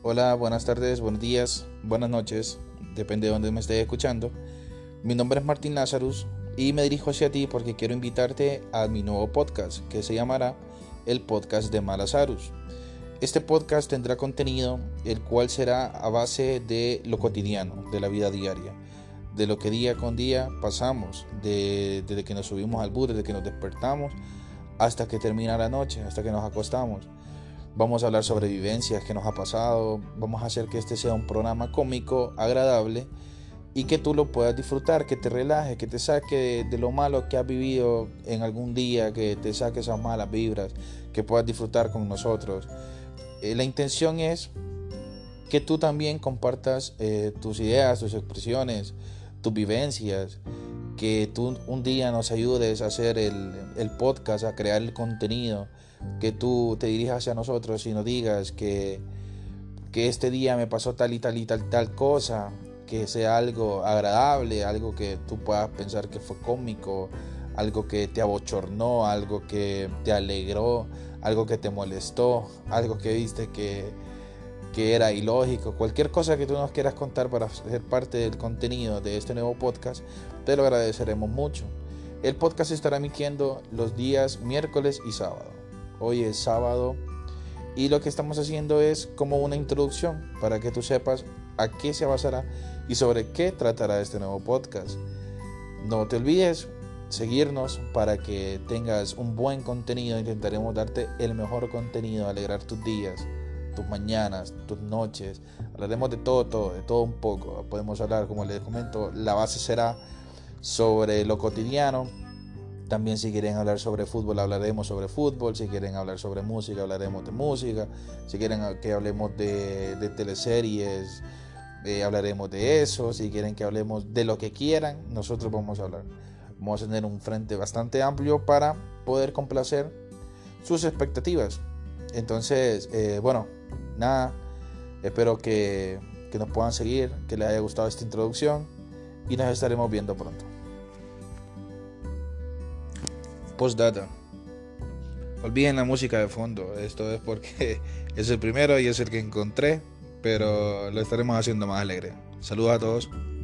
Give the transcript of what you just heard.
Hola, buenas tardes, buenos días, buenas noches, depende de dónde me estés escuchando. Mi nombre es Martín Lazarus y me dirijo hacia ti porque quiero invitarte a mi nuevo podcast que se llamará el podcast de Malazarus. Este podcast tendrá contenido el cual será a base de lo cotidiano, de la vida diaria, de lo que día con día pasamos, desde que nos subimos al bus, desde que nos despertamos hasta que termina la noche, hasta que nos acostamos. Vamos a hablar sobre vivencias que nos ha pasado, vamos a hacer que este sea un programa cómico, agradable y que tú lo puedas disfrutar, que te relaje, que te saque de lo malo que has vivido en algún día, que te saque esas malas vibras, que puedas disfrutar con nosotros. La intención es que tú también compartas tus ideas, tus expresiones, tus vivencias, que tú un día nos ayudes a hacer el podcast, a crear el contenido, que tú te dirijas hacia nosotros y nos digas que este día me pasó tal y tal y tal cosa, que sea algo agradable, algo que tú puedas pensar que fue cómico, algo que te abochornó, algo que te alegró, algo que te molestó, algo que viste que era ilógico, cualquier cosa que tú nos quieras contar para ser parte del contenido de este nuevo podcast, te lo agradeceremos mucho. El podcast estará emitiendo los días miércoles y sábado. Hoy es sábado y lo que estamos haciendo es como una introducción para que tú sepas a qué se basará y sobre qué tratará este nuevo podcast. No te olvides seguirnos para que tengas un buen contenido. Intentaremos darte el mejor contenido, alegrar tus días, tus mañanas, tus noches. Hablaremos de todo un poco. Podemos hablar, como les comento, la base será sobre lo cotidiano. También si quieren hablar sobre fútbol, hablaremos sobre fútbol. Si quieren hablar sobre música, hablaremos de música. Si quieren que hablemos de teleseries, hablaremos de eso. Si quieren que hablemos de lo que quieran, nosotros vamos a hablar. Vamos a tener un frente bastante amplio para poder complacer sus expectativas. Entonces, nada, espero que nos puedan seguir, que les haya gustado esta introducción y nos estaremos viendo pronto. Postdata. Olviden la música de fondo, esto es porque es el primero y es el que encontré, pero lo estaremos haciendo más alegre. Saludos a todos.